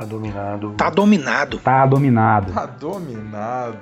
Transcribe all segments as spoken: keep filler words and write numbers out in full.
Tá dominado. Tá dominado. Tá dominado. Tá dominado.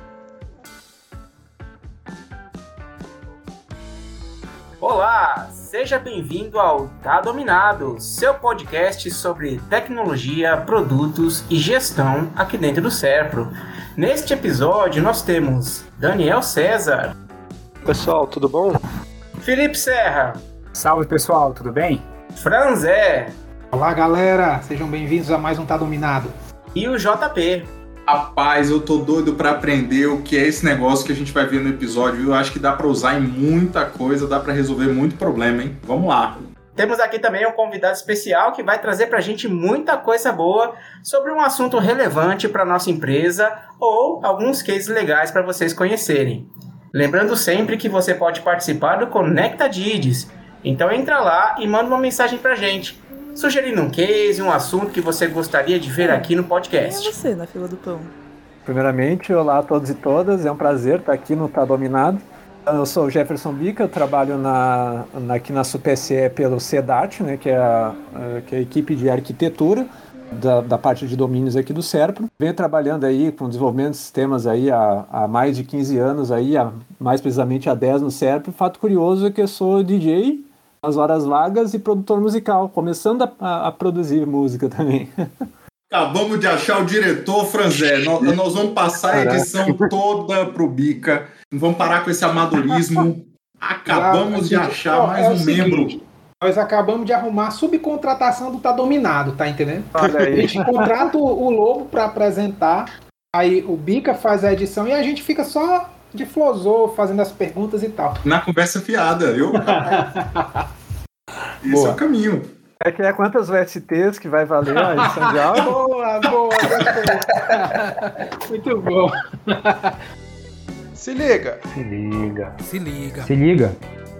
Olá, seja bem-vindo ao Tá Dominado, seu podcast sobre tecnologia, produtos e gestão aqui dentro do Serpro. Neste episódio nós temos Daniel César. Pessoal, tudo bom? Felipe Serra. Salve pessoal, tudo bem? Franzé. Olá galera, sejam bem-vindos a mais um Tá Dominado. E o J P. Rapaz, eu tô doido pra aprender o que é esse negócio que a gente vai ver no episódio. Eu acho que dá pra usar em muita coisa, dá pra resolver muito problema, hein? Vamos lá. Temos aqui também um convidado especial que vai trazer pra gente muita coisa boa sobre um assunto relevante para nossa empresa ou alguns cases legais para vocês conhecerem. Lembrando sempre que você pode participar do Conecta Dids. Então entra lá e manda uma mensagem pra gente, sugerindo um case, um assunto que você gostaria de ver aqui no podcast. Quem é você na fila do pão? Primeiramente, olá a todos e todas, é um prazer estar aqui no Tá Dominado. Eu sou o Jefferson Bica, eu trabalho na, na, aqui na S U P S E pelo CEDART, né, que, é a, que é a equipe de arquitetura da, da parte de domínios aqui do Serpro. Venho trabalhando aí com desenvolvimento de sistemas aí há, há mais de quinze anos, aí, há, mais precisamente há dez no Serpro. Fato curioso é que eu sou D J nas horas vagas e produtor musical, começando a, a, a produzir música também. Acabamos de achar o diretor, Franzé. Nós, nós vamos passar a edição toda pro Bica. Não vamos parar com esse amadorismo. Acabamos Já, de achar ó, mais é um seguinte, membro. Nós acabamos de arrumar a subcontratação do Tá Dominado, tá entendendo? Olha aí. A gente contrata o, o Lobo para apresentar, aí o Bica faz a edição e a gente fica só de flosô, fazendo as perguntas e tal. Na conversa fiada. Eu, Esse Boa. é o caminho. É que é quantas V S Ts que vai valer a edição de áudio? Boa, boa, gostei. Muito bom. Se liga. Se liga. Se liga. Se liga.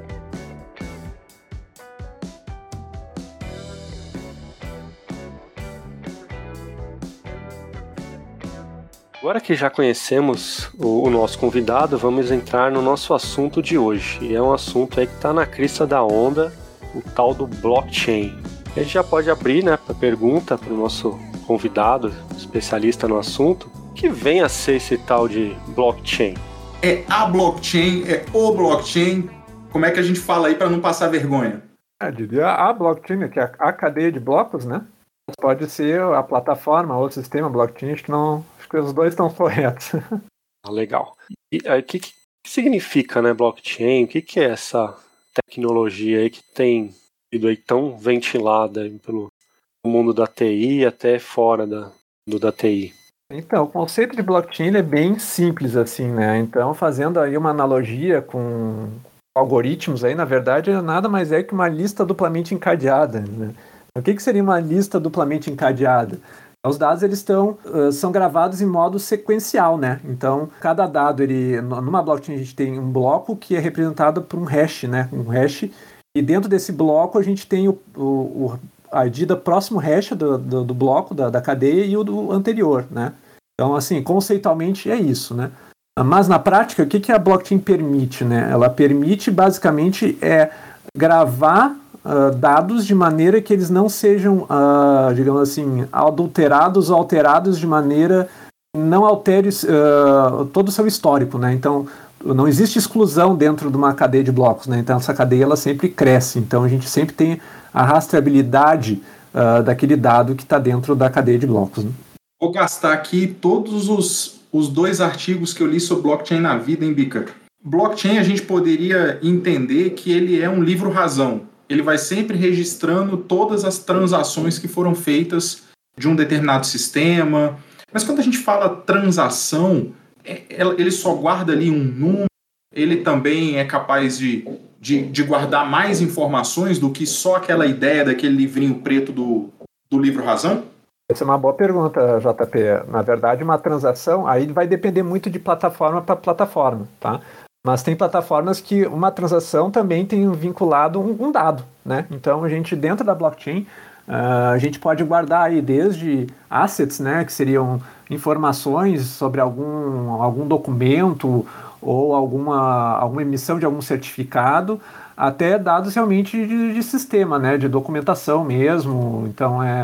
Agora que já conhecemos o, o nosso convidado, vamos entrar no nosso assunto de hoje. E é um assunto aí que está na crista da onda, o tal do blockchain. A gente já pode abrir, né, a pergunta para o nosso convidado, especialista no assunto, que vem a ser esse tal de blockchain. É a blockchain, é o blockchain. Como é que a gente fala aí para não passar vergonha? Eu diria a blockchain, que é a cadeia de blocos, né? Pode ser a plataforma ou o sistema blockchain, acho que, não, acho que os dois estão corretos. Ah, legal. E aí, o que, que significa, né, blockchain? O que, que é essa tecnologia aí que tem sido aí tão ventilada aí pelo mundo da T I até fora da, do da T I? Então, o conceito de blockchain ele é bem simples assim, né? Então, fazendo aí uma analogia com algoritmos aí, na verdade, nada mais é que uma lista duplamente encadeada, né? O que, que seria uma lista duplamente encadeada? Os dados eles estão, uh, são gravados em modo sequencial, né? Então, cada dado, ele, numa blockchain a gente tem um bloco que é representado por um hash, né? Um hash, e dentro desse bloco a gente tem o, o, o a I D da próximo hash do, do, do bloco, da, da cadeia, e o do anterior, né? Então, assim, conceitualmente é isso, né? Mas na prática, o que, que a blockchain permite, né? Ela permite, basicamente, é gravar Uh, dados de maneira que eles não sejam, uh, digamos assim, adulterados ou alterados de maneira não altere uh, todo o seu histórico, né? Então, não existe exclusão dentro de uma cadeia de blocos, né? Então, essa cadeia ela sempre cresce. Então, a gente sempre tem a rastreabilidade uh, daquele dado que está dentro da cadeia de blocos, né? Vou gastar aqui todos os, os dois artigos que eu li sobre blockchain na vida, hein, Bica? Blockchain, a gente poderia entender que ele é um livro-razão. Ele vai sempre registrando todas as transações que foram feitas de um determinado sistema. Mas quando a gente fala transação, ele só guarda ali um número, ele também é capaz de, de, de guardar mais informações do que só aquela ideia daquele livrinho preto do, do livro-razão? Essa é uma boa pergunta, J P. Na verdade, uma transação, aí vai depender muito de plataforma para plataforma, tá? Mas tem plataformas que uma transação também tem vinculado um, um dado, né? Então, a gente, dentro da blockchain, uh, a gente pode guardar aí desde assets, né? Que seriam informações sobre algum, algum documento ou alguma, alguma emissão de algum certificado, até dados realmente de, de sistema, né? De documentação mesmo. Então, é,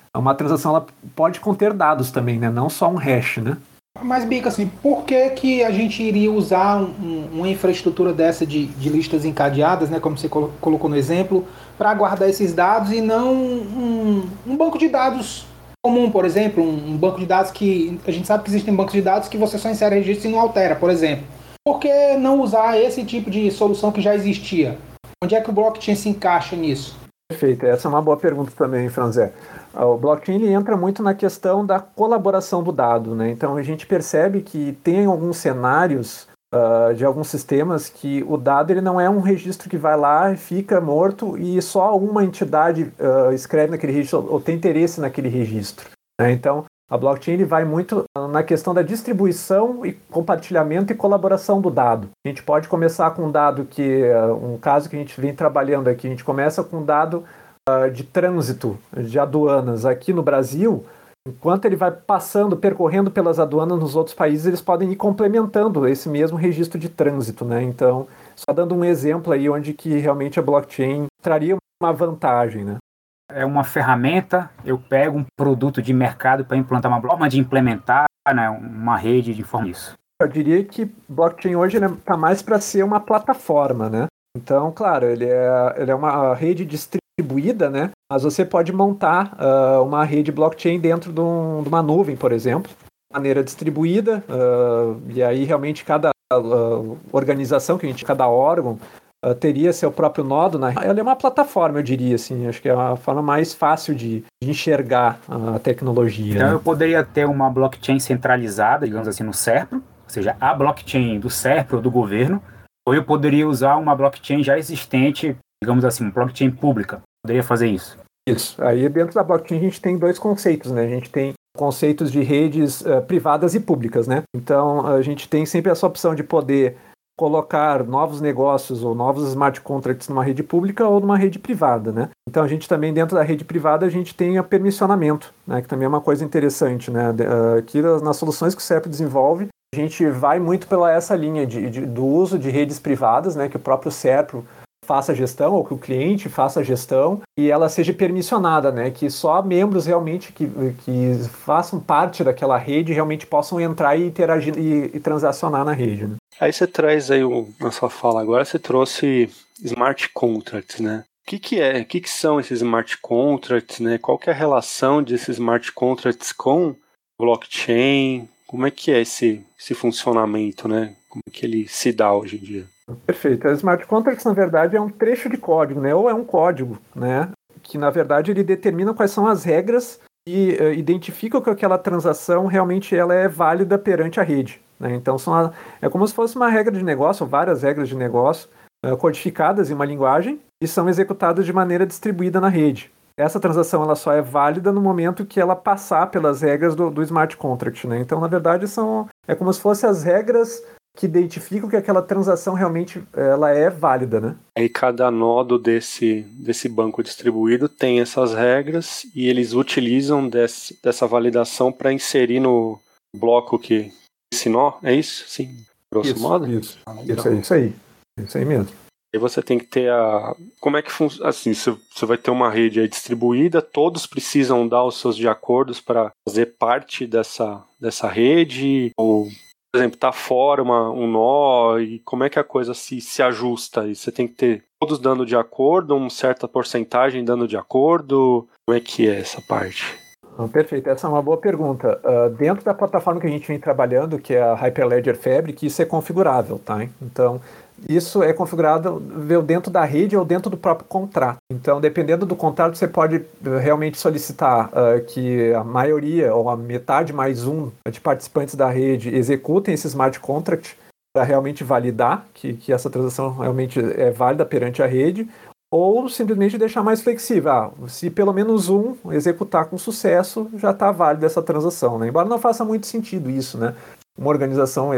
uma transação ela pode conter dados também, né? Não só um hash, né? Mas, Bica, assim, por que, que a gente iria usar um, uma infraestrutura dessa de, de listas encadeadas, né, como você colo- colocou no exemplo, para guardar esses dados e não um, um banco de dados comum, por exemplo, um, um banco de dados que a gente sabe que existem bancos de dados que você só insere registro e não altera, por exemplo. Por que não usar esse tipo de solução que já existia? Onde é que o blockchain se encaixa nisso? Perfeito, essa é uma boa pergunta também, Franzé. O blockchain ele entra muito na questão da colaboração do dado, né? Então a gente percebe que tem alguns cenários uh, de alguns sistemas que o dado ele não é um registro que vai lá e fica morto e só uma entidade uh, escreve naquele registro ou tem interesse naquele registro, né? Então a blockchain ele vai muito na questão da distribuição e compartilhamento e colaboração do dado. A gente pode começar com um dado que, um caso que a gente vem trabalhando aqui, a gente começa com um dado uh, de trânsito, de aduanas aqui no Brasil. Enquanto ele vai passando, percorrendo pelas aduanas nos outros países, eles podem ir complementando esse mesmo registro de trânsito, né? Então, só dando um exemplo aí onde que realmente a blockchain traria uma vantagem, né? É uma ferramenta, eu pego um produto de mercado para implantar uma forma de implementar, né, uma rede de informação. Eu diria que blockchain hoje está mais para ser uma plataforma, né? Então, claro, ele é, ele é uma rede distribuída, né? Mas você pode montar uh, uma rede blockchain dentro de, um, de uma nuvem, por exemplo, de maneira distribuída, uh, e aí realmente cada uh, organização, que a gente, cada órgão, Uh, teria seu próprio nodo. Na... Ela é uma plataforma, eu diria, assim. Acho que é a forma mais fácil de, de enxergar a tecnologia. Então, né? Eu poderia ter uma blockchain centralizada, digamos assim, no SERPRO, ou seja, a blockchain do SERPRO, do governo, ou eu poderia usar uma blockchain já existente, digamos assim, uma blockchain pública. Poderia fazer isso. Isso. Aí dentro da blockchain a gente tem dois conceitos, né? A gente tem conceitos de redes uh, privadas e públicas, né? Então, a gente tem sempre essa opção de poder colocar novos negócios ou novos smart contracts numa rede pública ou numa rede privada, né? Então a gente também dentro da rede privada a gente tem o permissionamento, né? Que também é uma coisa interessante, né? Aqui nas soluções que o SERPRO desenvolve, a gente vai muito pela essa linha de, de, do uso de redes privadas, né? Que o próprio SERPRO faça a gestão ou que o cliente faça a gestão e ela seja permissionada, né? Que só membros realmente que, que façam parte daquela rede realmente possam entrar e interagir e, e transacionar na rede, né? Aí você traz aí, o, na sua fala agora, você trouxe smart contracts, né? O que que é? O que que são esses smart contracts, né? Qual que é a relação desses smart contracts com blockchain? Como é que é esse, esse funcionamento, né? Como é que ele se dá hoje em dia? Perfeito. A smart contracts, na verdade, é um trecho de código, né? Ou é um código, né? Que, na verdade, ele determina quais são as regras e uh, identificam que aquela transação realmente ela é válida perante a rede. Né? Então, são a, é como se fosse uma regra de negócio, várias regras de negócio uh, codificadas em uma linguagem e são executadas de maneira distribuída na rede. Essa transação ela só é válida no momento que ela passar pelas regras do, do smart contract. Né? Então, na verdade, são, é como se fossem as regras que identificam que aquela transação realmente ela é válida, né? Aí cada nodo desse, desse banco distribuído tem essas regras e eles utilizam desse, dessa validação para inserir no bloco que esse nó, é isso? Sim, grosso isso, modo? Isso, isso aí, isso aí, isso aí mesmo. Aí você tem que ter a... Como é que funciona? Assim, você vai ter uma rede aí distribuída, todos precisam dar os seus de acordos para fazer parte dessa, dessa rede, ou... Por exemplo, tá fora uma, um nó, e como é que a coisa se, se ajusta? E você tem que ter todos dando de acordo, uma certa porcentagem dando de acordo. Como é que é essa parte? Ah, perfeito, essa é uma boa pergunta. Uh, dentro da plataforma que a gente vem trabalhando, que é a Hyperledger Fabric, isso é configurável, tá? Então, isso é configurável dentro da rede ou dentro do próprio contrato. Então, dependendo do contrato, você pode realmente solicitar uh, que a maioria ou a metade mais um de participantes da rede executem esse smart contract para realmente validar que, que essa transação realmente é válida perante a rede, ou simplesmente deixar mais flexível. Ah, se pelo menos um executar com sucesso, já está válida essa transação. Né? Embora não faça muito sentido isso, né? Uma organização,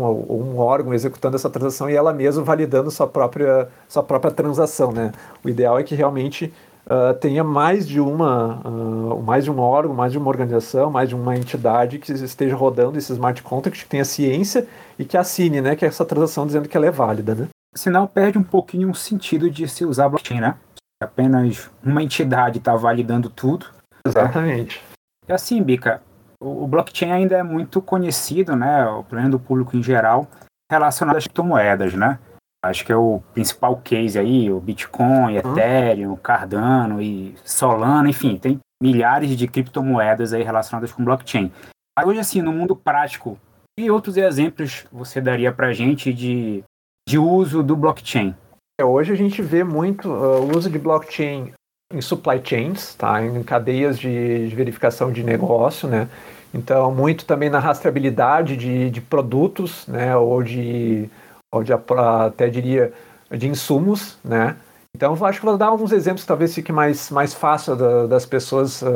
um órgão executando essa transação e ela mesma validando sua própria, sua própria transação. Né? O ideal é que realmente uh, tenha mais de, uma, uh, mais de um órgão, mais de uma organização, mais de uma entidade que esteja rodando esse smart contract, que tenha ciência e que assine, né, que essa transação dizendo que ela é válida. Né? Senão perde um pouquinho o sentido de se usar blockchain, né? Apenas uma entidade está validando tudo. Exatamente. É assim, Bica, o, o blockchain ainda é muito conhecido, né, o plano do público em geral, relacionado às criptomoedas, né? Acho que é o principal case aí, o Bitcoin, Uhum. Ethereum, Cardano e Solana, enfim, tem milhares de criptomoedas aí relacionadas com blockchain. Mas hoje, assim, no mundo prático, que outros exemplos você daria pra gente de, de uso do blockchain? É, hoje a gente vê muito uh, o uso de blockchain em supply chains, tá? Em cadeias de, de verificação de negócio, né? Então, muito também na rastreabilidade de, de produtos, né? Ou de, ou de, até diria, de insumos, né? Então, eu acho que vou dar alguns exemplos, talvez fique mais, mais fácil da, das pessoas uh,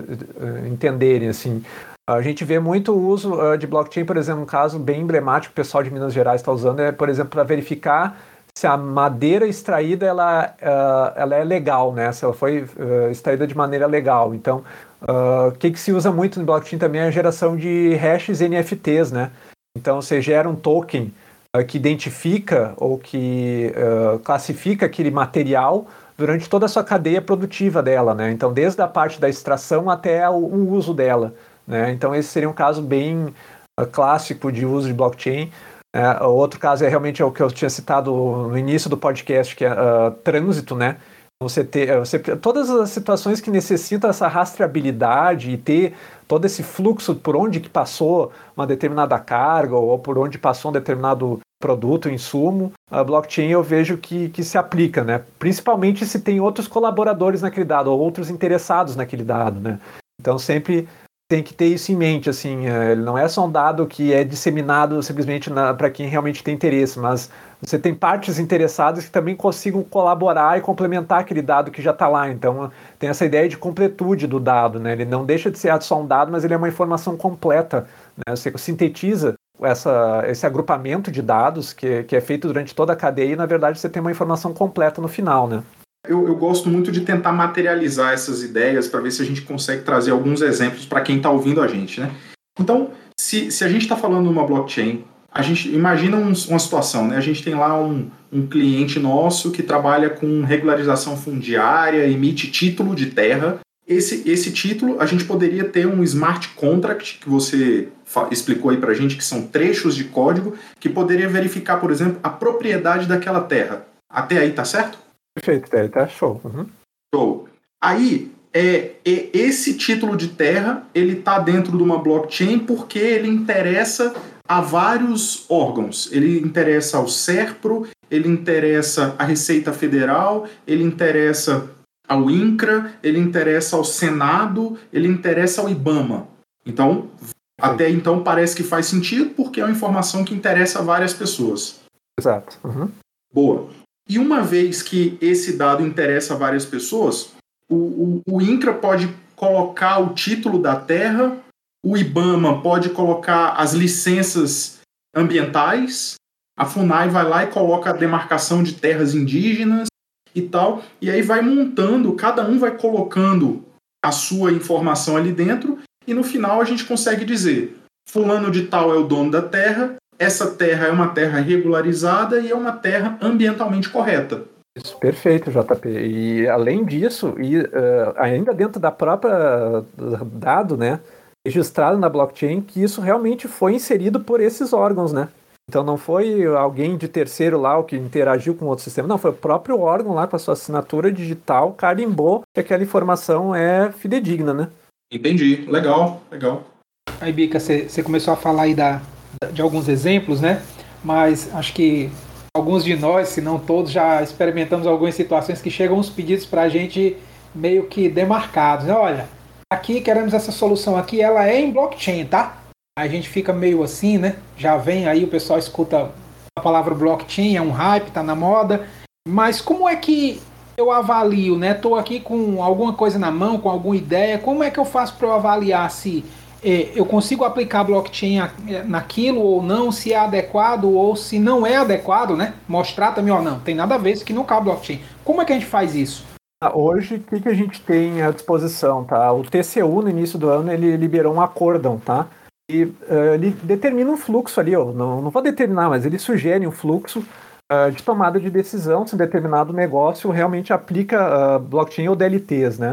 entenderem, assim. A gente vê muito o uso uh, de blockchain, por exemplo, um caso bem emblemático que o pessoal de Minas Gerais está usando, é, por exemplo, para verificar se a madeira extraída ela, uh, ela é legal, né? Se ela foi uh, extraída de maneira legal. Então, uh, o que, que se usa muito no blockchain também é a geração de hashes N F Ts, né? Então, você gera um token uh, que identifica ou que uh, classifica aquele material durante toda a sua cadeia produtiva dela, né? Então, desde a parte da extração até o, o uso dela, né? Então, esse seria um caso bem uh, clássico de uso de blockchain. É, outro caso é realmente o que eu tinha citado no início do podcast, que é uh, trânsito, né? Você ter, você, todas as situações que necessitam essa rastreabilidade e ter todo esse fluxo por onde que passou uma determinada carga ou por onde passou um determinado produto, insumo, a blockchain eu vejo que, que se aplica, né? Principalmente se tem outros colaboradores naquele dado ou outros interessados naquele dado, né? Então sempre tem que ter isso em mente, assim, ele não é só um dado que é disseminado simplesmente para quem realmente tem interesse, mas você tem partes interessadas que também consigam colaborar e complementar aquele dado que já está lá. Então tem essa ideia de completude do dado, né? Ele não deixa de ser só um dado, mas ele é uma informação completa, né? Você sintetiza essa, esse agrupamento de dados que, que é feito durante toda a cadeia e na verdade você tem uma informação completa no final, né? Eu, eu gosto muito de tentar materializar essas ideias para ver se a gente consegue trazer alguns exemplos para quem está ouvindo a gente, né? Então, se, se a gente está falando numa blockchain, a gente imagina um, uma situação, né? A gente tem lá um, um cliente nosso que trabalha com regularização fundiária, emite título de terra. Esse, esse título, a gente poderia ter um smart contract, que você explicou aí para a gente, que são trechos de código, que poderia verificar, por exemplo, a propriedade daquela terra. Até aí tá certo? Perfeito, tá show. Uhum. Show. Aí, é, é, esse título de terra, ele tá dentro de uma blockchain porque ele interessa a vários órgãos. Ele interessa ao SERPRO, ele interessa à Receita Federal, ele interessa ao INCRA, ele interessa ao Senado, ele interessa ao IBAMA. Então, sim, até então parece que faz sentido porque é uma informação que interessa a várias pessoas. Exato. Uhum. Boa. E uma vez que esse dado interessa a várias pessoas, o, o, o INCRA pode colocar o título da terra, o IBAMA pode colocar as licenças ambientais, a FUNAI vai lá e coloca a demarcação de terras indígenas e tal, e aí vai montando, cada um vai colocando a sua informação ali dentro, e no final a gente consegue dizer, fulano de tal é o dono da terra, essa terra é uma terra regularizada e é uma terra ambientalmente correta. Isso, perfeito, J P. E além disso, e, uh, ainda dentro da própria dado, né, registrado na blockchain, que isso realmente foi inserido por esses órgãos, né? Então não foi alguém de terceiro lá o que interagiu com outro sistema, não, foi o próprio órgão lá com a sua assinatura digital, carimbou que aquela informação é fidedigna, né? Entendi, legal, legal. Aí, Bica, você começou a falar aí da de alguns exemplos, né? Mas acho que alguns de nós, se não todos, já experimentamos algumas situações que chegam uns pedidos para a gente meio que demarcados, né? Olha, aqui queremos essa solução aqui, ela é em blockchain, tá? A gente fica meio assim, né? Já vem aí, o pessoal escuta a palavra blockchain, é um hype, tá na moda. Mas como é que eu avalio, né? Tô aqui com alguma coisa na mão, com alguma ideia, como é que eu faço para eu avaliar se eu consigo aplicar blockchain naquilo ou não, se é adequado ou se não é adequado, né? Mostrar também, ó, não, tem nada a ver, isso aqui não cabe blockchain. Como é que a gente faz isso? Hoje, o que, que a gente tem à disposição, tá? O T C U, no início do ano, ele liberou um acórdão, tá? E uh, ele determina um fluxo ali, ó, não, não vou determinar, mas ele sugere um fluxo uh, de tomada de decisão se um determinado negócio realmente aplica uh, blockchain ou D L Ts, né?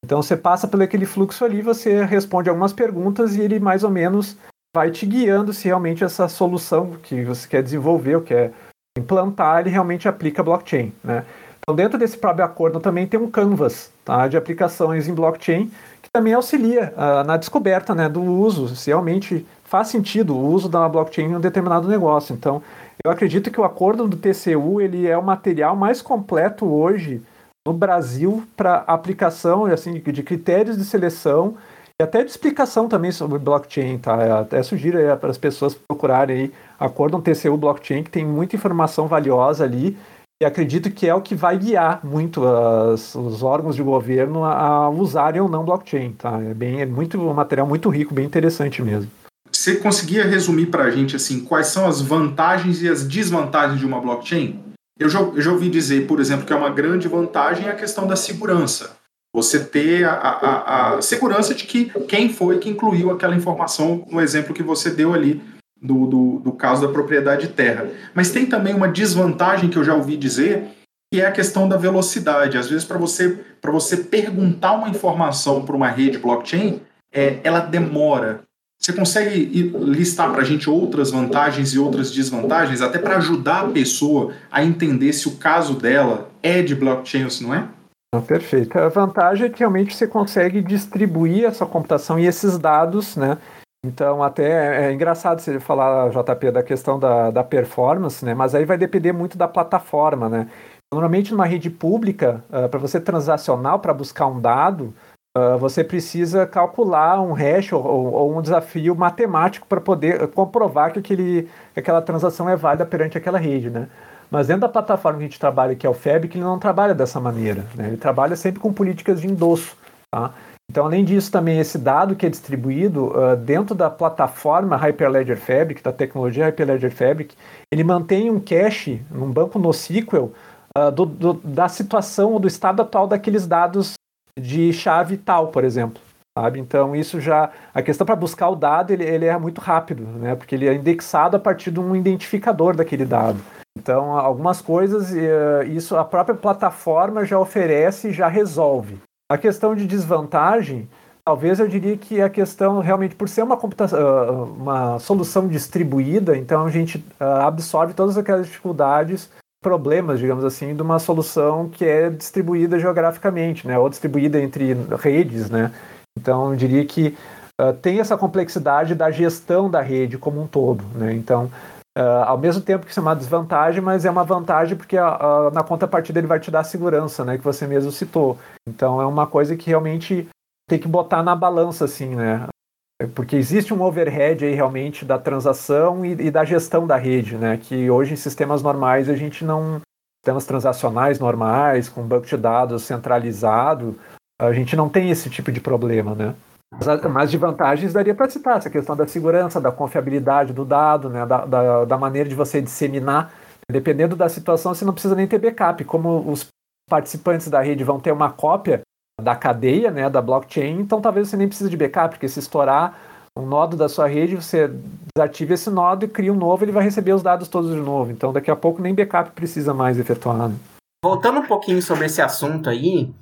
Então você passa por aquele fluxo ali, você responde algumas perguntas e ele mais ou menos vai te guiando se realmente essa solução que você quer desenvolver ou quer implantar, ele realmente aplica blockchain, né? Então dentro desse próprio acordo também tem um canvas, tá, de aplicações em blockchain que também auxilia uh, na descoberta, né, do uso, se realmente faz sentido o uso da blockchain em um determinado negócio. Então eu acredito que o acordo do T C U ele é o material mais completo hoje no Brasil para aplicação assim, de critérios de seleção e até de explicação também sobre blockchain, tá? Eu até sugiro aí para as pessoas procurarem aí acordo T C U blockchain, que tem muita informação valiosa ali, e acredito que é o que vai guiar muito as, os órgãos de governo a, a usarem ou não blockchain, tá? É bem, é muito um material muito rico, bem interessante mesmo. Você conseguia resumir para a gente assim, quais são as vantagens e as desvantagens de uma blockchain? Eu já, eu já ouvi dizer, por exemplo, que é uma grande vantagem a questão da segurança. Você ter a, a, a segurança de que quem foi que incluiu aquela informação no exemplo que você deu ali do, do, do caso da propriedade de terra. Mas tem também uma desvantagem que eu já ouvi dizer, que é a questão da velocidade. Às vezes, para você, para você perguntar uma informação para uma rede blockchain, é, ela demora. Você consegue listar para a gente outras vantagens e outras desvantagens, até para ajudar a pessoa a entender se o caso dela é de blockchain ou se não é? Perfeito. A vantagem é que realmente você consegue distribuir essa computação e esses dados, né? Então, até é engraçado você falar, J P, da questão da, da performance, né? Mas aí vai depender muito da plataforma, né? Normalmente, numa rede pública, uh, para você transacionar, para buscar um dado, Uh, você precisa calcular um hash ou, ou um desafio matemático para poder comprovar que, aquele, que aquela transação é válida perante aquela rede, né? Mas dentro da plataforma que a gente trabalha, que é o Fabric, ele não trabalha dessa maneira, né? Ele trabalha sempre com políticas de endosso, tá? Então, além disso, também esse dado que é distribuído uh, dentro da plataforma Hyperledger Fabric, da tecnologia Hyperledger Fabric, ele mantém um cache num banco NoSQL uh, do, do, da situação ou do estado atual daqueles dados de chave tal, por exemplo, sabe? Então isso já, a questão para buscar o dado, ele, ele é muito rápido, né? Porque ele é indexado a partir de um identificador daquele dado. Então algumas coisas, isso a própria plataforma já oferece e já resolve. A questão de desvantagem, talvez eu diria que a questão realmente, por ser uma, computação, uma solução distribuída, então a gente absorve todas aquelas dificuldades, problemas, digamos assim, de uma solução que é distribuída geograficamente, né, ou distribuída entre redes, né. Então, eu diria que uh, tem essa complexidade da gestão da rede como um todo, né. Então, uh, ao mesmo tempo que isso é uma desvantagem, mas é uma vantagem porque uh, na contrapartida ele vai te dar segurança, né, que você mesmo citou. Então, é uma coisa que realmente tem que botar na balança, assim, né. Porque existe um overhead aí realmente da transação e, e da gestão da rede, né? Que hoje em sistemas normais a gente não... Sistemas transacionais normais, com banco de dados centralizado, a gente não tem esse tipo de problema, né? Mas, mas de vantagens daria para citar essa questão da segurança, da confiabilidade do dado, né? Da, da, da maneira de você disseminar. Dependendo da situação, você não precisa nem ter backup. Como os participantes da rede vão ter uma cópia da cadeia, né, da blockchain, então talvez você nem precise de backup, porque se estourar um nodo da sua rede, você desativa esse nodo e cria um novo, ele vai receber os dados todos de novo. Então daqui a pouco nem backup precisa mais efetuar. Né? Voltando um pouquinho sobre esse assunto aí,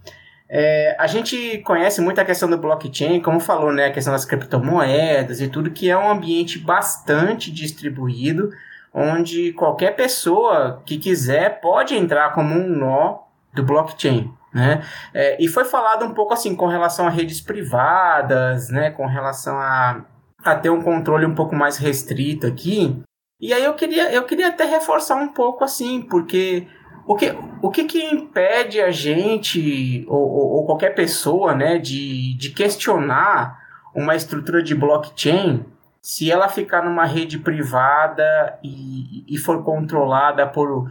é, a gente conhece muito a questão do blockchain, como falou, né, a questão das criptomoedas e tudo, que é um ambiente bastante distribuído, onde qualquer pessoa que quiser pode entrar como um nó do blockchain. Né? É, e foi falado um pouco assim com relação a redes privadas, né? Com relação a, a ter um controle um pouco mais restrito aqui. E aí eu queria, eu queria até reforçar um pouco assim, porque o que, o que, que impede a gente, ou, ou, ou qualquer pessoa, né, de, de questionar uma estrutura de blockchain se ela ficar numa rede privada e, e for controlada por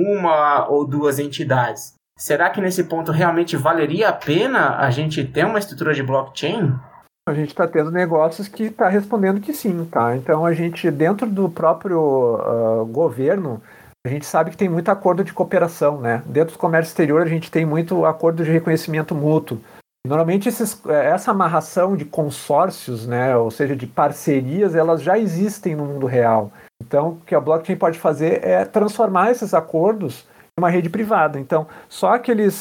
uma ou duas entidades? Será que nesse ponto realmente valeria a pena a gente ter uma estrutura de blockchain? A gente está tendo negócios que está respondendo que sim, tá? Então a gente, dentro do próprio uh, governo, a gente sabe que tem muito acordo de cooperação, né? Dentro do comércio exterior a gente tem muito acordo de reconhecimento mútuo. Normalmente esses, essa amarração de consórcios, né, ou seja, de parcerias, elas já existem no mundo real. Então o que a blockchain pode fazer é transformar esses acordos uma rede privada. Então, só aqueles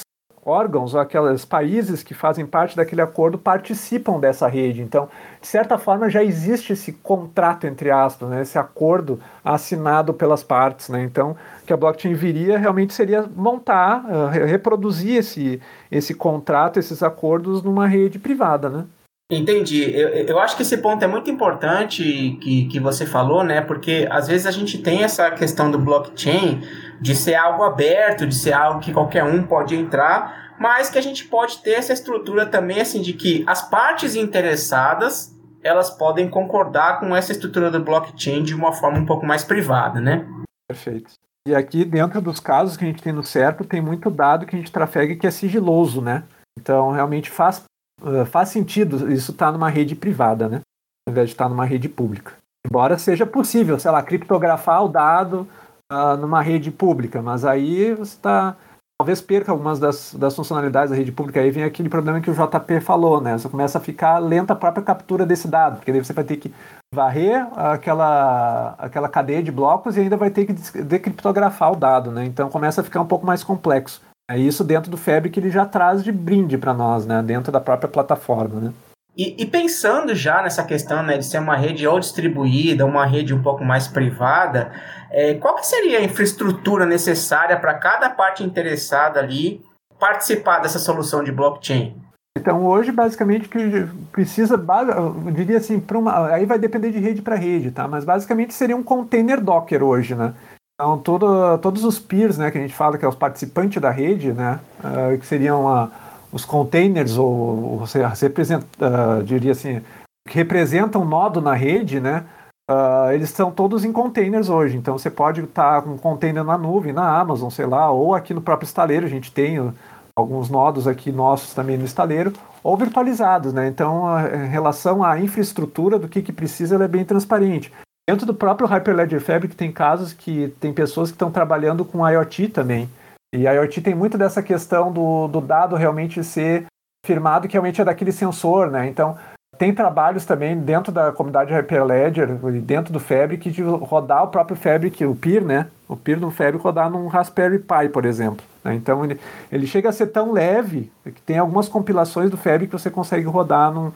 órgãos ou aqueles países que fazem parte daquele acordo participam dessa rede. Então, de certa forma, já existe esse contrato, entre aspas, né, esse acordo assinado pelas partes, né? Então, o que a blockchain viria realmente seria montar, uh, reproduzir esse, esse contrato, esses acordos numa rede privada, né? Entendi. Eu, eu acho que esse ponto é muito importante que, que você falou, né? Porque às vezes a gente tem essa questão do blockchain de ser algo aberto, de ser algo que qualquer um pode entrar, mas que a gente pode ter essa estrutura também, assim, de que as partes interessadas, elas podem concordar com essa estrutura do blockchain de uma forma um pouco mais privada, né? Perfeito. E aqui, dentro dos casos que a gente tem no Serpo, tem muito dado que a gente trafega que é sigiloso, né? Então, realmente faz Uh, faz sentido isso estar tá numa rede privada, né? Ao invés de estar tá numa rede pública. Embora seja possível, sei lá, criptografar o dado uh, numa rede pública, mas aí você tá, talvez perca algumas das, das funcionalidades da rede pública. Aí vem aquele problema que o J P falou, né? Você começa a ficar lenta a própria captura desse dado, porque daí você vai ter que varrer aquela, aquela cadeia de blocos e ainda vai ter que decriptografar o dado, né? Então começa a ficar um pouco mais complexo. É isso dentro do Fabric que ele já traz de brinde para nós, né? Dentro da própria plataforma, né? E, e pensando já nessa questão, né, de ser uma rede ou distribuída, uma rede um pouco mais privada, é, qual que seria a infraestrutura necessária para cada parte interessada ali participar dessa solução de blockchain? Então hoje basicamente que precisa, eu diria assim, para uma, aí vai depender de rede para rede, tá? Mas basicamente seria um container Docker hoje, né? Então, todo, todos os peers, né, que a gente fala que é os participantes da rede, né, uh, que seriam uh, os containers, ou, ou representa, uh, diria assim, que representam um nodo na rede, né, uh, eles estão todos em containers hoje. Então, você pode estar com um container na nuvem, na Amazon, sei lá, ou aqui no próprio estaleiro, a gente tem uh, alguns nodos aqui nossos também no estaleiro, ou virtualizados, né. Então, uh, em relação à infraestrutura do que, que precisa, ela é bem transparente. Dentro do próprio Hyperledger Fabric tem casos que tem pessoas que estão trabalhando com IoT também. E a IoT tem muito dessa questão do, do dado realmente ser firmado que realmente é daquele sensor, né? Então, tem trabalhos também dentro da comunidade Hyperledger e dentro do Fabric de rodar o próprio Fabric, o peer, né? O peer do Fabric rodar num Raspberry Pi, por exemplo. Né? Então, ele, ele chega a ser tão leve que tem algumas compilações do Fabric que você consegue rodar num,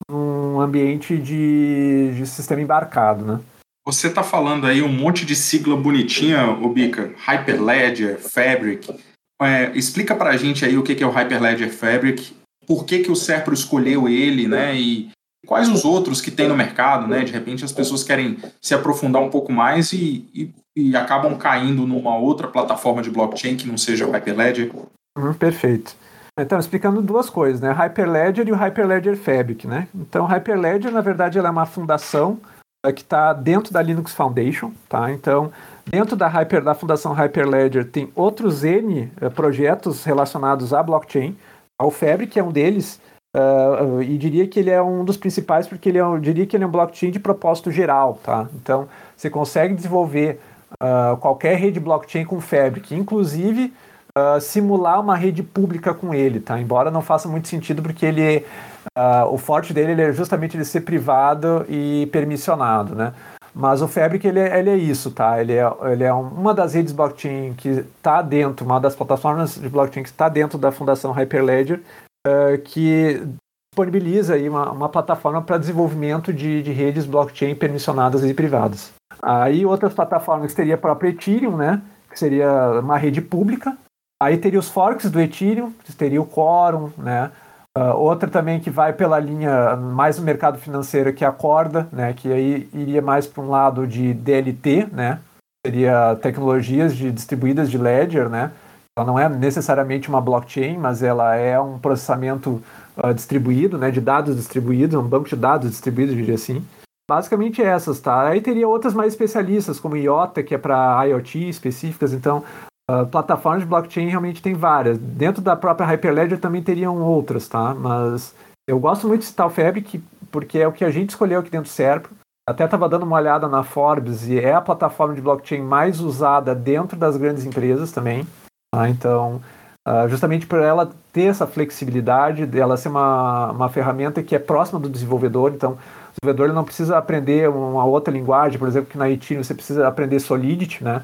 num ambiente de, de sistema embarcado, né? Você está falando aí um monte de sigla bonitinha, Obica, Hyperledger, Fabric. É, explica para a gente aí o que é o Hyperledger Fabric, por que, que o Serpro escolheu ele, né? E quais os outros que tem no mercado, né? De repente as pessoas querem se aprofundar um pouco mais e, e, e acabam caindo numa outra plataforma de blockchain que não seja o Hyperledger. Hum, perfeito. Então, explicando duas coisas, né? Hyperledger e o Hyperledger Fabric, né? Então, o Hyperledger, na verdade, ela é uma fundação que está dentro da Linux Foundation, tá? Então, dentro da, Hyper, da Fundação Hyperledger tem outros N uh, projetos relacionados à blockchain. O Fabric é um deles, uh, uh, e diria que ele é um dos principais porque ele é, eu diria que ele é um blockchain de propósito geral, tá? Então, você consegue desenvolver uh, qualquer rede blockchain com Fabric, inclusive uh, simular uma rede pública com ele, tá? Embora não faça muito sentido porque ele Uh, o forte dele ele é justamente ele ser privado e permissionado, né? Mas o Fabric ele é, ele é isso, tá? Ele é, ele é uma das redes blockchain que está dentro, uma das plataformas de blockchain que está dentro da Fundação Hyperledger, uh, que disponibiliza aí uma, uma plataforma para desenvolvimento de, de redes blockchain permissionadas e privadas. Aí outras plataformas que teria a própria Ethereum, né? Que seria uma rede pública. Aí teria os forks do Ethereum, teria o Quorum, né? Uh, outra também que vai pela linha mais no mercado financeiro, que é a Corda, né, que aí iria mais para um lado de D L T, né, seria tecnologias de, distribuídas de Ledger, né, ela não é necessariamente uma blockchain, mas ela é um processamento uh, distribuído, né, de dados distribuídos, um banco de dados distribuído, diria assim. Basicamente essas, tá? Aí teria outras mais especialistas, como I O T A, que é para IoT específicas, então Uh, plataformas de blockchain realmente tem várias. Dentro da própria Hyperledger também teriam outras, tá? Mas eu gosto muito de citar o Fabric porque é o que a gente escolheu aqui dentro do Serpro. Até estava dando uma olhada na Forbes e é a plataforma de blockchain mais usada dentro das grandes empresas também. Tá? Então, uh, justamente por ela ter essa flexibilidade, dela ser uma, uma ferramenta que é próxima do desenvolvedor. Então, o desenvolvedor ele não precisa aprender uma outra linguagem, por exemplo, que na Ethereum você precisa aprender Solidity, né?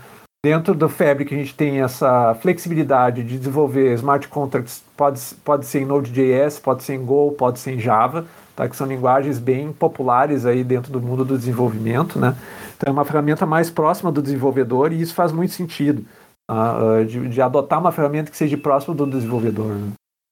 Dentro do Fabric a gente tem essa flexibilidade de desenvolver smart contracts, pode, pode ser em Node.js, pode ser em Go, pode ser em Java, tá? Que são linguagens bem populares aí dentro do mundo do desenvolvimento, né? Então é uma ferramenta mais próxima do desenvolvedor e isso faz muito sentido, tá? de, de adotar uma ferramenta que seja próxima do desenvolvedor, né?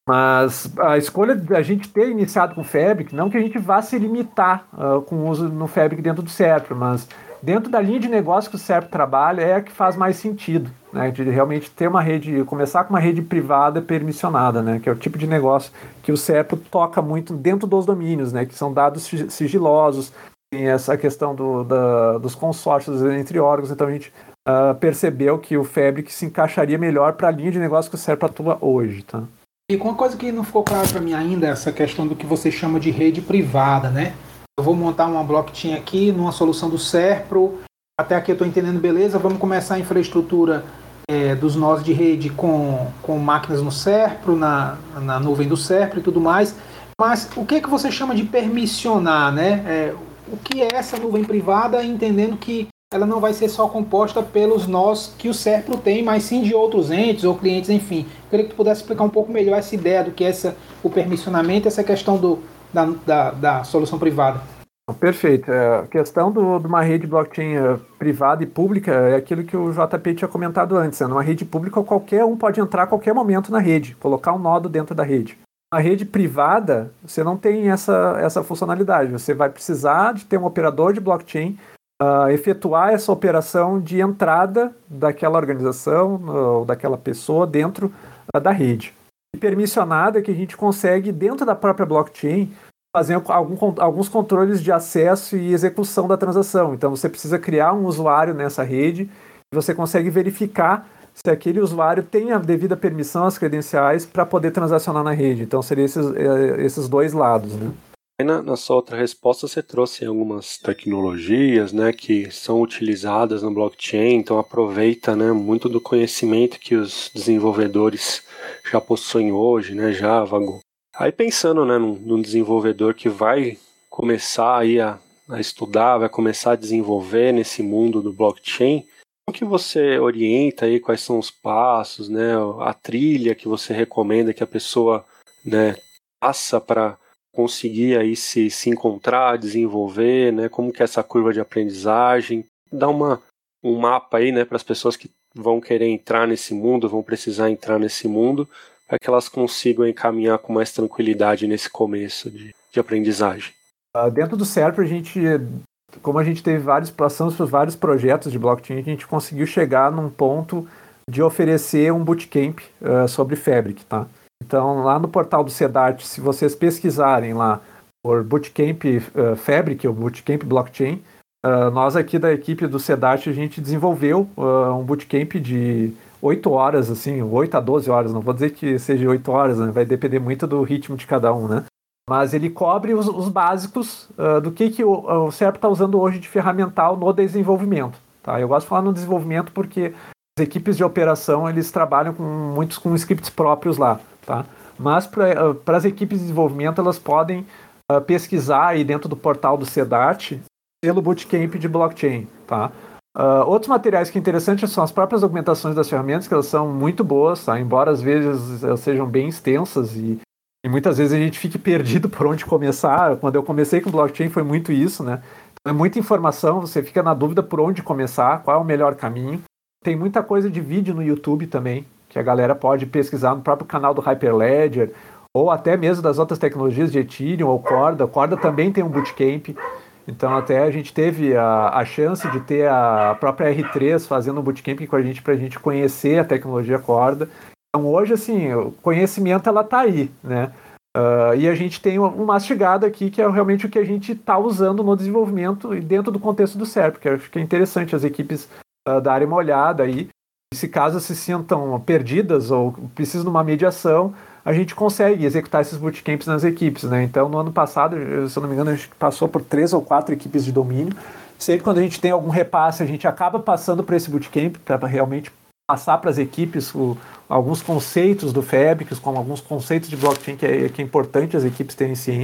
Mas a escolha de a gente ter iniciado com o Fabric, não que a gente vá se limitar uh, com o uso no Fabric dentro do Serpro, mas dentro da linha de negócio que o Serpro trabalha é a que faz mais sentido, né, de realmente ter uma rede, começar com uma rede privada permissionada, né, que é o tipo de negócio que o Serpro toca muito dentro dos domínios, né, que são dados sigilosos, tem essa questão do, da, dos consórcios entre órgãos, então a gente uh, percebeu que o Fabric se encaixaria melhor para a linha de negócio que o Serpro atua hoje, tá? E uma coisa que não ficou clara para mim ainda é essa questão do que você chama de rede privada, né? Eu vou montar uma blockchain aqui numa solução do Serpro. Até aqui eu estou entendendo, beleza. Vamos começar a infraestrutura é, dos nós de rede com, com máquinas no Serpro, na, na nuvem do Serpro e tudo mais. Mas o que, é que você chama de permissionar, né? É, o que é essa nuvem privada, entendendo que ela não vai ser só composta pelos nós que o Serpro tem, mas sim de outros entes ou clientes, enfim. Eu queria que tu pudesse explicar um pouco melhor essa ideia do que é essa, o permissionamento, essa questão do, da, da, da solução privada. Perfeito. A questão do, de uma rede blockchain privada e pública é aquilo que o J P tinha comentado antes. Né? Numa rede pública, qualquer um pode entrar a qualquer momento na rede, colocar um nodo dentro da rede. Na rede privada, você não tem essa, essa funcionalidade. Você vai precisar de ter um operador de blockchain Uh, efetuar essa operação de entrada daquela organização ou daquela pessoa dentro uh, da rede. E permissionada é que a gente consegue, dentro da própria blockchain, fazer algum, alguns controles de acesso e execução da transação. Então você precisa criar um usuário nessa rede e você consegue verificar se aquele usuário tem a devida permissão, as credenciais, para poder transacionar na rede. Então seriam esses, esses dois lados, né? Na, na sua outra resposta você trouxe algumas tecnologias, né, que são utilizadas no blockchain, então aproveita, né, muito do conhecimento que os desenvolvedores já possuem hoje, né, Java, Go. Aí pensando, né, num, num desenvolvedor que vai começar aí a, a estudar, vai começar a desenvolver nesse mundo do blockchain, como que você orienta aí, quais são os passos, né, a trilha que você recomenda que a pessoa, né, passa para conseguir aí se, se encontrar, desenvolver, né? Como que é essa curva de aprendizagem, dá uma, um mapa aí, né, para as pessoas que vão querer entrar nesse mundo, vão precisar entrar nesse mundo, para que elas consigam encaminhar com mais tranquilidade nesse começo de, de aprendizagem. Uh, dentro do Serpro, a gente, como a gente teve vários, passamos por vários projetos de blockchain, a gente conseguiu chegar num ponto de oferecer um bootcamp uh, sobre Fabric, tá? Então, lá no portal do CEDART, se vocês pesquisarem lá por Bootcamp uh, Fabric ou Bootcamp Blockchain, uh, nós aqui da equipe do CEDART, a gente desenvolveu uh, um bootcamp de oito horas, assim, oito a doze horas, não vou dizer que seja oito horas, né? Vai depender muito do ritmo de cada um, né? Mas ele cobre os, os básicos uh, do que, que o, o Serpro está usando hoje de ferramental no desenvolvimento, tá? Eu gosto de falar no desenvolvimento porque as equipes de operação, eles trabalham com muitos com scripts próprios lá. Tá? Mas para uh, as equipes de desenvolvimento elas podem uh, pesquisar aí dentro do portal do CEDART pelo Bootcamp de blockchain. Tá? Uh, outros materiais que é interessante são as próprias documentações das ferramentas, que elas são muito boas, tá? Embora às vezes elas sejam bem extensas e, e muitas vezes a gente fique perdido por onde começar. Quando eu comecei com blockchain foi muito isso, né? Então, é muita informação, você fica na dúvida por onde começar, qual é o melhor caminho. Tem muita coisa de vídeo no YouTube também, que a galera pode pesquisar no próprio canal do Hyperledger, ou até mesmo das outras tecnologias de Ethereum ou Corda. Corda também tem um bootcamp, então até a gente teve a, a chance de ter a própria R três fazendo um bootcamp com a gente para a gente conhecer a tecnologia Corda. Então hoje, assim, o conhecimento ela está aí, né? Uh, e a gente tem um mastigado aqui, que é realmente o que a gente está usando no desenvolvimento e dentro do contexto do Serpro, que eu acho que é interessante as equipes uh, darem uma olhada aí. Se caso se sintam perdidas ou precisam de uma mediação, a gente consegue executar esses bootcamps nas equipes, né? Então, no ano passado, se eu não me engano, a gente passou por três ou quatro equipes de domínio. Sempre quando a gente tem algum repasse, a gente acaba passando para esse bootcamp, para realmente passar para as equipes o, alguns conceitos do Fabric, como alguns conceitos de blockchain que é, que é importante as equipes terem ciência.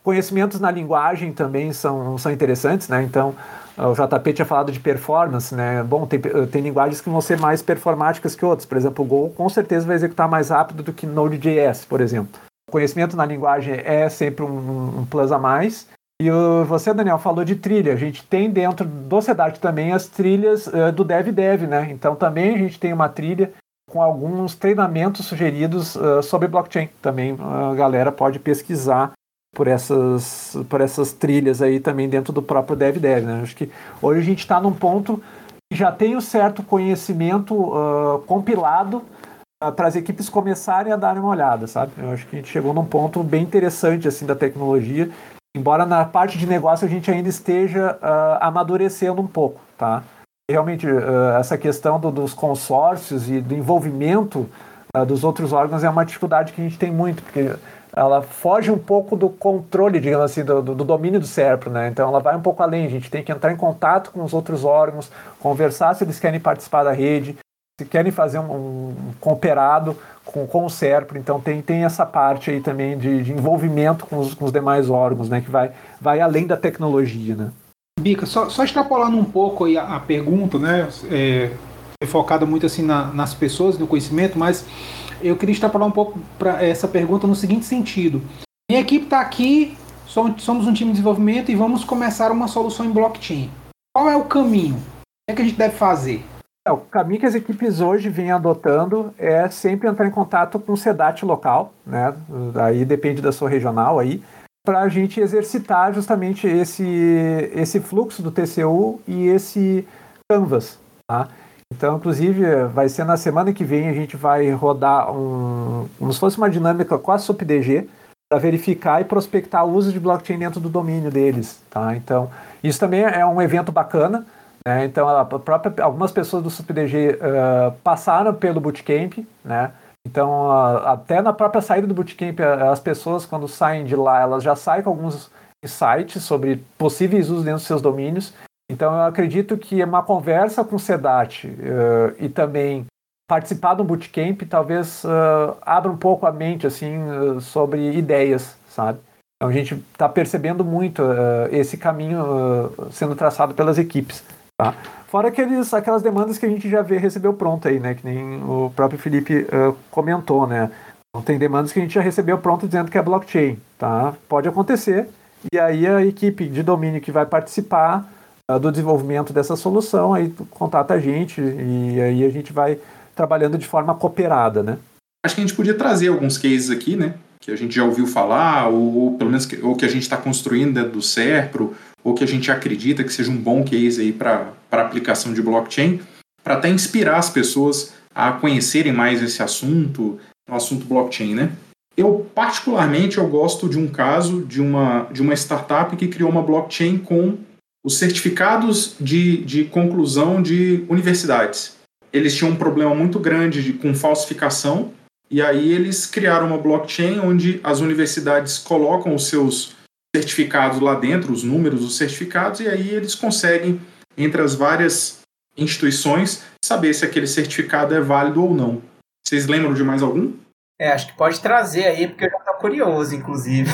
Conhecimentos na linguagem também são, são interessantes, né? Então, o J P tinha falado de performance, né? Bom, tem, tem linguagens que vão ser mais performáticas que outras. Por exemplo, o Go com certeza vai executar mais rápido do que Node.js, por exemplo. O conhecimento na linguagem é sempre um, um plus a mais. E o, você, Daniel, falou de trilha. A gente tem dentro do Cedart também as trilhas uh, do DevDev, né? Então, também a gente tem uma trilha com alguns treinamentos sugeridos uh, sobre blockchain. Também a galera pode pesquisar por essas, por essas trilhas aí também dentro do próprio DevDev, né? Acho que hoje a gente está num ponto que já tem um certo conhecimento uh, compilado uh, para as equipes começarem a darem uma olhada, sabe? Eu acho que a gente chegou num ponto bem interessante assim da tecnologia, embora na parte de negócio a gente ainda esteja uh, amadurecendo um pouco, tá? Realmente, uh, essa questão do, dos consórcios e do envolvimento uh, dos outros órgãos é uma dificuldade que a gente tem muito, porque ela foge um pouco do controle, digamos assim, do, do domínio do SERPRO, né? Então ela vai um pouco além, a gente tem que entrar em contato com os outros órgãos, conversar se eles querem participar da rede, se querem fazer um, um cooperado com, com o SERPRO, então tem, tem essa parte aí também de, de envolvimento com os, com os demais órgãos, né? Que vai, vai além da tecnologia, né? Bica, só, só extrapolando um pouco aí a, a pergunta, né? É, é focada muito assim na, nas pessoas, no conhecimento, mas eu queria extrapolar um pouco para essa pergunta no seguinte sentido. Minha equipe está aqui, somos um time de desenvolvimento e vamos começar uma solução em blockchain. Qual é o caminho? O que é que a gente deve fazer? É, o caminho que as equipes hoje vêm adotando é sempre entrar em contato com o Cedart local, né? Aí depende da sua regional aí, para a gente exercitar justamente esse, esse fluxo do T C U e esse Canvas, tá? Então, inclusive, vai ser na semana que vem a gente vai rodar um, como se fosse uma dinâmica com a S U P D G para verificar e prospectar o uso de blockchain dentro do domínio deles, tá? Então, isso também é um evento bacana, né? Então, a própria, algumas pessoas do S U P D G uh, passaram pelo bootcamp, né? Então, uh, até na própria saída do bootcamp, as pessoas, quando saem de lá, elas já saem com alguns insights sobre possíveis usos dentro dos seus domínios. Então, eu acredito que uma conversa com o Cedart uh, e também participar de um bootcamp talvez uh, abra um pouco a mente assim, uh, sobre ideias, sabe? Então, a gente está percebendo muito uh, esse caminho uh, sendo traçado pelas equipes, tá? Fora aqueles, aquelas demandas que a gente já vê, recebeu pronto aí, né? Que nem o próprio Felipe uh, comentou, né? Então, tem demandas que a gente já recebeu pronto dizendo que é blockchain, tá? Pode acontecer. E aí a equipe de domínio que vai participar do desenvolvimento dessa solução, aí contata a gente e aí a gente vai trabalhando de forma cooperada, né? Acho que a gente podia trazer alguns cases aqui, né? Que a gente já ouviu falar, ou, ou pelo menos que, ou que a gente está construindo dentro do SERPRO, ou que a gente acredita que seja um bom case aí para aplicação de blockchain, para até inspirar as pessoas a conhecerem mais esse assunto, o assunto blockchain, né? Eu, particularmente, eu gosto de um caso de uma, de uma startup que criou uma blockchain com os certificados de, de conclusão de universidades. Eles tinham um problema muito grande de, com falsificação, e aí eles criaram uma blockchain onde as universidades colocam os seus certificados lá dentro, os números dos certificados, e aí eles conseguem, entre as várias instituições, saber se aquele certificado é válido ou não. Vocês lembram de mais algum? É, acho que pode trazer aí, porque eu já estou curioso, inclusive.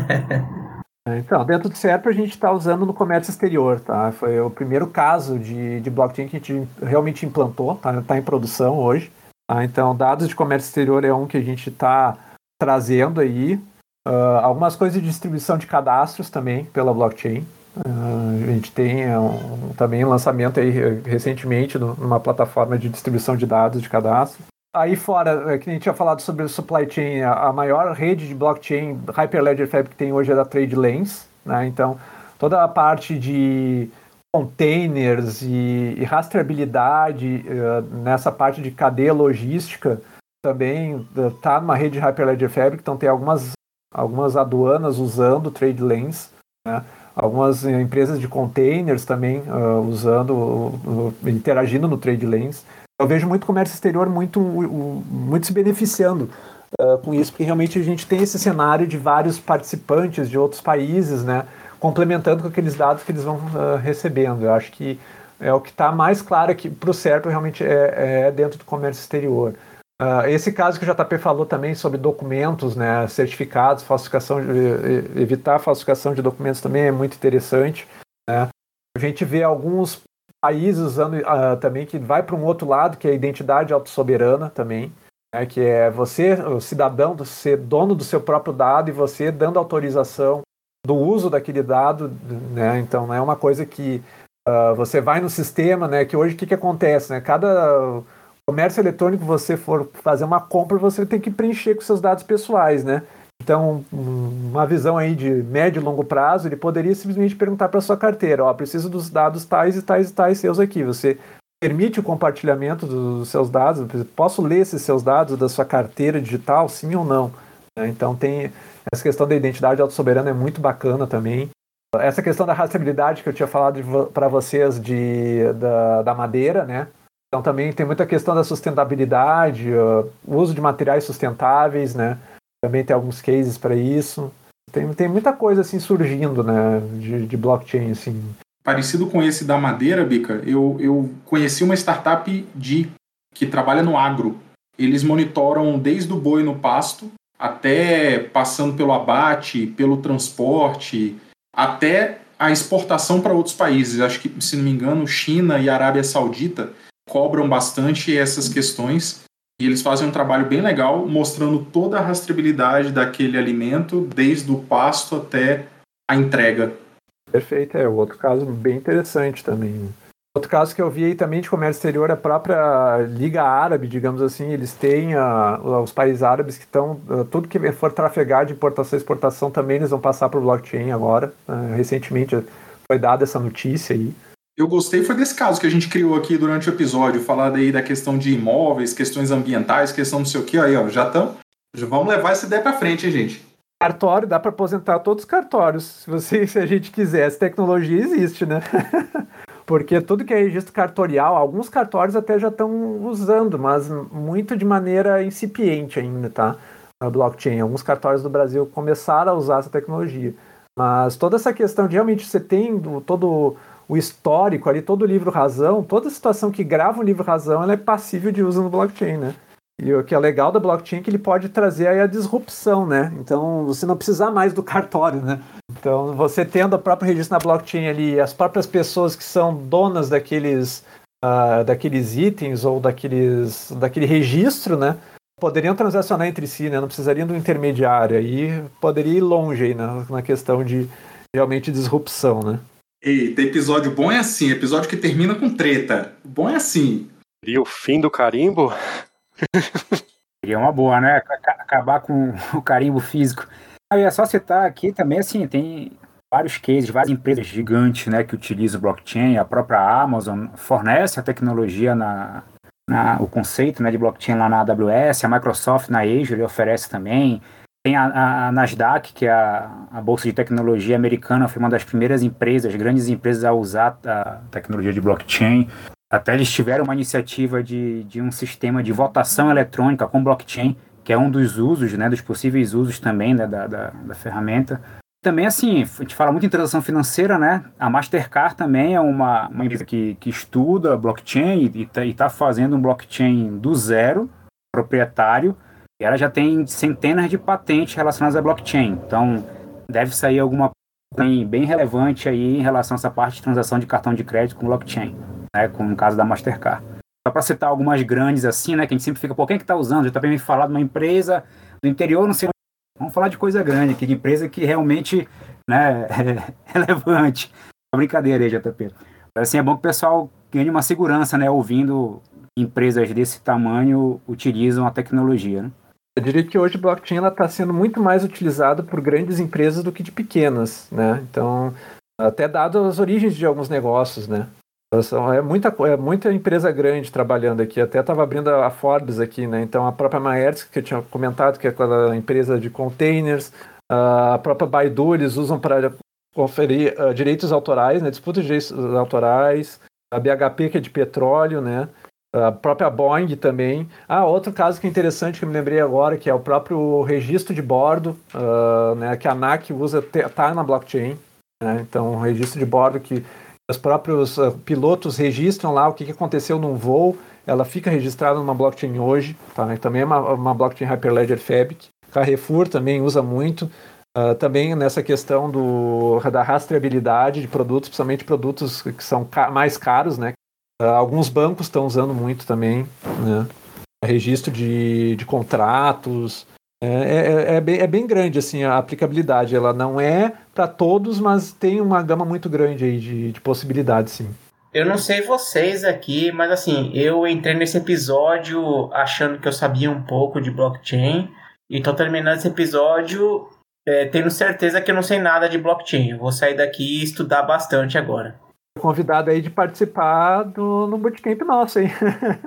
Então, dentro do SERPRO a gente está usando no comércio exterior, tá? Foi o primeiro caso de, de blockchain que a gente realmente implantou, tá? Está em produção hoje. Tá? Então, dados de comércio exterior é um que a gente está trazendo aí. Uh, algumas coisas de distribuição de cadastros também pela blockchain. Uh, a gente tem um, também um lançamento aí recentemente numa plataforma de distribuição de dados de cadastro. Aí fora, que a gente tinha falado sobre o supply chain, a maior rede de blockchain Hyperledger Fabric que tem hoje é da TradeLens, né? Então, toda a parte de containers e, e rastreabilidade uh, nessa parte de cadeia logística também está uh, numa rede de Hyperledger Fabric, então tem algumas, algumas aduanas usando TradeLens, né? Algumas empresas de containers também uh, usando, uh, uh, interagindo no TradeLens. Eu vejo muito comércio exterior muito, muito se beneficiando uh, com isso, porque realmente a gente tem esse cenário de vários participantes de outros países, né, complementando com aqueles dados que eles vão uh, recebendo. Eu acho que é o que está mais claro aqui para o SERPRO realmente é, é dentro do comércio exterior. Uh, esse caso que o J P falou também sobre documentos, né, certificados, falsificação, de, evitar a falsificação de documentos também é muito interessante, né? A gente vê alguns países usando uh, também que vai para um outro lado, que é a identidade autossoberana também, né, que é você, o cidadão, ser dono do seu próprio dado e você dando autorização do uso daquele dado, né? Então não é uma coisa que uh, você vai no sistema, né, que hoje o que, que acontece, né? Cada comércio eletrônico, você for fazer uma compra, você tem que preencher com seus dados pessoais, né? Então, uma visão aí de médio e longo prazo, ele poderia simplesmente perguntar para a sua carteira, ó, preciso dos dados tais e tais e tais seus aqui. Você permite o compartilhamento dos seus dados? Posso ler esses seus dados da sua carteira digital, sim ou não? Então, tem essa questão da identidade autossoberana é muito bacana também. Essa questão da rastreabilidade que eu tinha falado para vocês de, da, da madeira, né? Então também tem muita questão da sustentabilidade, uh, uso de materiais sustentáveis, né? Também tem alguns cases para isso. Tem, tem muita coisa assim surgindo, né, de, de blockchain assim. Parecido com esse da madeira, Bica, eu, eu conheci uma startup de, que trabalha no agro. Eles monitoram desde o boi no pasto até passando pelo abate, pelo transporte, até a exportação para outros países. Acho que, se não me engano, China e Arábia Saudita cobram bastante essas questões e eles fazem um trabalho bem legal mostrando toda a rastreabilidade daquele alimento desde o pasto até a entrega. Perfeito, é outro caso bem interessante também. Outro caso que eu vi aí também de comércio exterior é a própria Liga Árabe, digamos assim, eles têm uh, os países árabes que estão, uh, tudo que for trafegar de importação e exportação também eles vão passar para o blockchain agora. Uh, recentemente foi dada essa notícia aí. Eu gostei foi desse caso que a gente criou aqui durante o episódio, falar daí da questão de imóveis, questões ambientais, questão não sei o que, aí ó, já estamos, já vamos levar essa ideia para frente, hein, gente? Cartório, dá para aposentar todos os cartórios, se, você, se a gente quiser, essa tecnologia existe, né? Porque tudo que é registro cartorial, alguns cartórios até já estão usando, mas muito de maneira incipiente ainda, tá? A blockchain, alguns cartórios do Brasil começaram a usar essa tecnologia, mas toda essa questão de realmente você tem do, todo o histórico ali, todo o livro razão, toda situação que grava um livro razão, ela é passível de uso no blockchain, né? E o que é legal da blockchain é que ele pode trazer aí a disrupção, né? Então, você não precisa mais do cartório, né? Então, você tendo o próprio registro na blockchain ali, as próprias pessoas que são donas daqueles, uh, daqueles itens ou daqueles, daquele registro, né? Poderiam transacionar entre si, né? Não precisariam do intermediário. Aí poderia ir longe aí na, na questão de realmente disrupção, né? Eita, episódio bom é assim, episódio que termina com treta. Bom é assim. E o fim do carimbo? Seria uma boa, né? Acabar com o carimbo físico. Eu ia só citar aqui também, assim, tem vários cases, várias empresas gigantes, né, que utilizam o blockchain. A própria Amazon fornece a tecnologia, na, na, o conceito, né, de blockchain lá na A W S. A Microsoft na Azure oferece também. Tem a, a Nasdaq, que é a, a bolsa de tecnologia americana, foi uma das primeiras empresas, grandes empresas a usar a tecnologia de blockchain. Até eles tiveram uma iniciativa de, de um sistema de votação eletrônica com blockchain, que é um dos usos, né, dos possíveis usos também, né, da, da, da ferramenta. Também, assim, a gente fala muito em transação financeira, né? A Mastercard também é uma, uma empresa que, que estuda blockchain e está fazendo um blockchain do zero, proprietário, e ela já tem centenas de patentes relacionadas a blockchain. Então, deve sair alguma coisa bem relevante aí em relação a essa parte de transação de cartão de crédito com blockchain, né, como no caso da Mastercard. Só para citar algumas grandes assim, né, que a gente sempre fica, pô, quem é que está usando? Já está bem me falado de uma empresa do interior, não sei. Vamos falar de coisa grande aqui, de empresa que realmente, né, é relevante. É brincadeira aí, J P. Mas, assim, é bom que o pessoal ganhe uma segurança, né, ouvindo empresas desse tamanho utilizam a tecnologia, né? Eu diria que hoje a blockchain está sendo muito mais utilizada por grandes empresas do que de pequenas, né? Então, até dado as origens de alguns negócios, né? É muita, é muita empresa grande trabalhando aqui. Até estava abrindo a Forbes aqui, né? Então, a própria Maersk, que eu tinha comentado, que é aquela empresa de containers, a própria Baidu, eles usam para conferir uh, direitos autorais, né? Disputa de direitos autorais, a B H P, que é de petróleo, né? A própria Boeing também. Ah, outro caso que é interessante que eu me lembrei agora, que é o próprio registro de bordo, uh, né, que a ANAC usa, está na blockchain. Né? Então, o registro de bordo que os próprios uh, pilotos registram lá o que, que aconteceu num voo, ela fica registrada numa blockchain hoje, tá? E também é uma, uma blockchain Hyperledger Fabric. Carrefour também usa muito, uh, também nessa questão do, da rastreabilidade de produtos, principalmente produtos que são ca- mais caros, né? Uh, alguns bancos estão usando muito também, né? Registro de, de contratos. É, é, é, bem, é bem grande assim, a aplicabilidade. Ela não é para todos, mas tem uma gama muito grande aí de, de possibilidades, sim. Eu não sei vocês aqui, mas assim, eu entrei nesse episódio achando que eu sabia um pouco de blockchain, e tô terminando esse episódio é, tendo certeza que eu não sei nada de blockchain. Eu vou sair daqui e estudar bastante agora. Convidado aí de participar do, no bootcamp nosso, hein?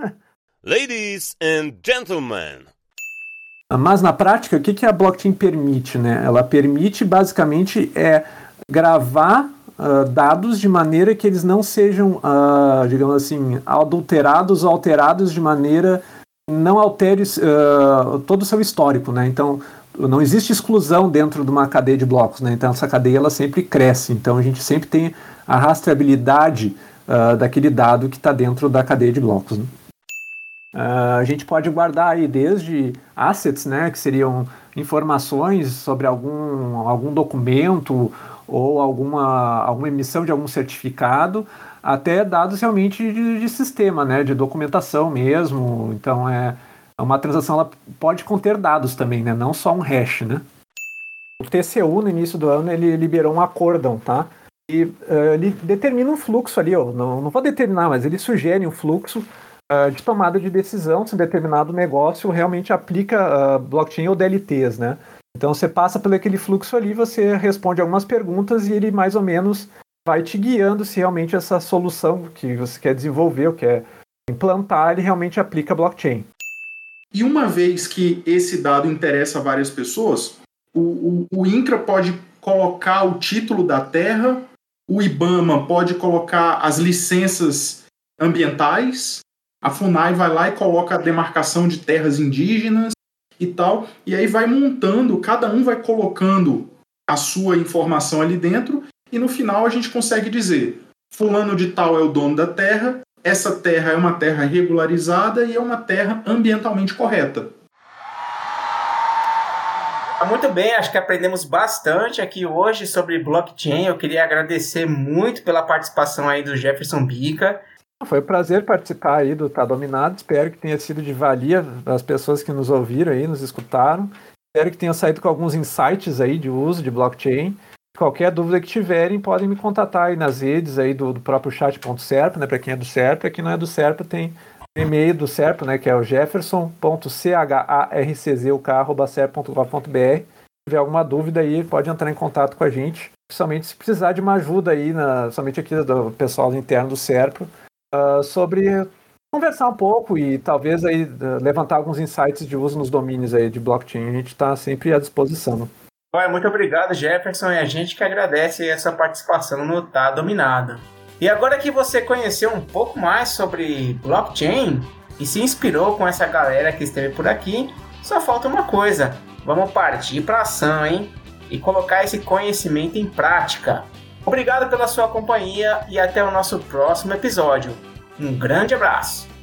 Ladies and gentlemen. Mas na prática, o que, que a blockchain permite, né? Ela permite basicamente é gravar Uh, dados de maneira que eles não sejam, uh, digamos assim, adulterados ou alterados de maneira que não altere uh, todo o seu histórico, né? Então, não existe exclusão dentro de uma cadeia de blocos, né? Então, essa cadeia ela sempre cresce. Então, a gente sempre tem a rastreabilidade uh, daquele dado que está dentro da cadeia de blocos, né? Uh, a gente pode guardar aí desde assets, né? Que seriam informações sobre algum, algum documento ou alguma, alguma emissão de algum certificado, até dados realmente de, de sistema, né, de documentação mesmo. Então, é uma transação, ela pode conter dados também, né, não só um hash, né. O T C U, no início do ano, ele liberou um acórdão, tá? E uh, ele determina um fluxo ali, ó, não, não vou determinar, mas ele sugere um fluxo uh, de tomada de decisão se um determinado negócio realmente aplica uh, blockchain ou D L Ts, né. Então você passa por aquele fluxo ali, você responde algumas perguntas e ele mais ou menos vai te guiando se realmente essa solução que você quer desenvolver ou quer implantar, ele realmente aplica blockchain. E uma vez que esse dado interessa a várias pessoas, o, o, o INCRA pode colocar o título da terra, o IBAMA pode colocar as licenças ambientais, a FUNAI vai lá e coloca a demarcação de terras indígenas, e tal, e aí vai montando, cada um vai colocando a sua informação ali dentro, e no final a gente consegue dizer, fulano de tal é o dono da terra, essa terra é uma terra regularizada e é uma terra ambientalmente correta. Muito bem, acho que aprendemos bastante aqui hoje sobre blockchain. Eu queria agradecer muito pela participação aí do Jefferson Bica. Foi um prazer participar aí do Tá Dominado, espero que tenha sido de valia das pessoas que nos ouviram aí, nos escutaram. Espero que tenha saído com alguns insights aí de uso de blockchain. Qualquer dúvida que tiverem, podem me contatar aí nas redes aí do, do próprio chat ponto serp, né, para quem é do Serp. Quem não é do Serp tem o e-mail do Serp, né, que é o jefferson ponto charczuk arroba serp ponto gov ponto br. Se tiver alguma dúvida aí, pode entrar em contato com a gente, principalmente se precisar de uma ajuda aí, na, somente aqui do pessoal interno do Serp, Uh, sobre conversar um pouco e talvez aí uh, levantar alguns insights de uso nos domínios aí de blockchain. A gente está sempre à disposição. Muito obrigado, Jefferson, e a gente que agradece essa participação no Tá Dominado. E agora que você conheceu um pouco mais sobre blockchain e se inspirou com essa galera que esteve por aqui, só falta uma coisa: vamos partir para ação, hein? E colocar esse conhecimento em prática. Obrigado pela sua companhia e até o nosso próximo episódio. Um grande abraço!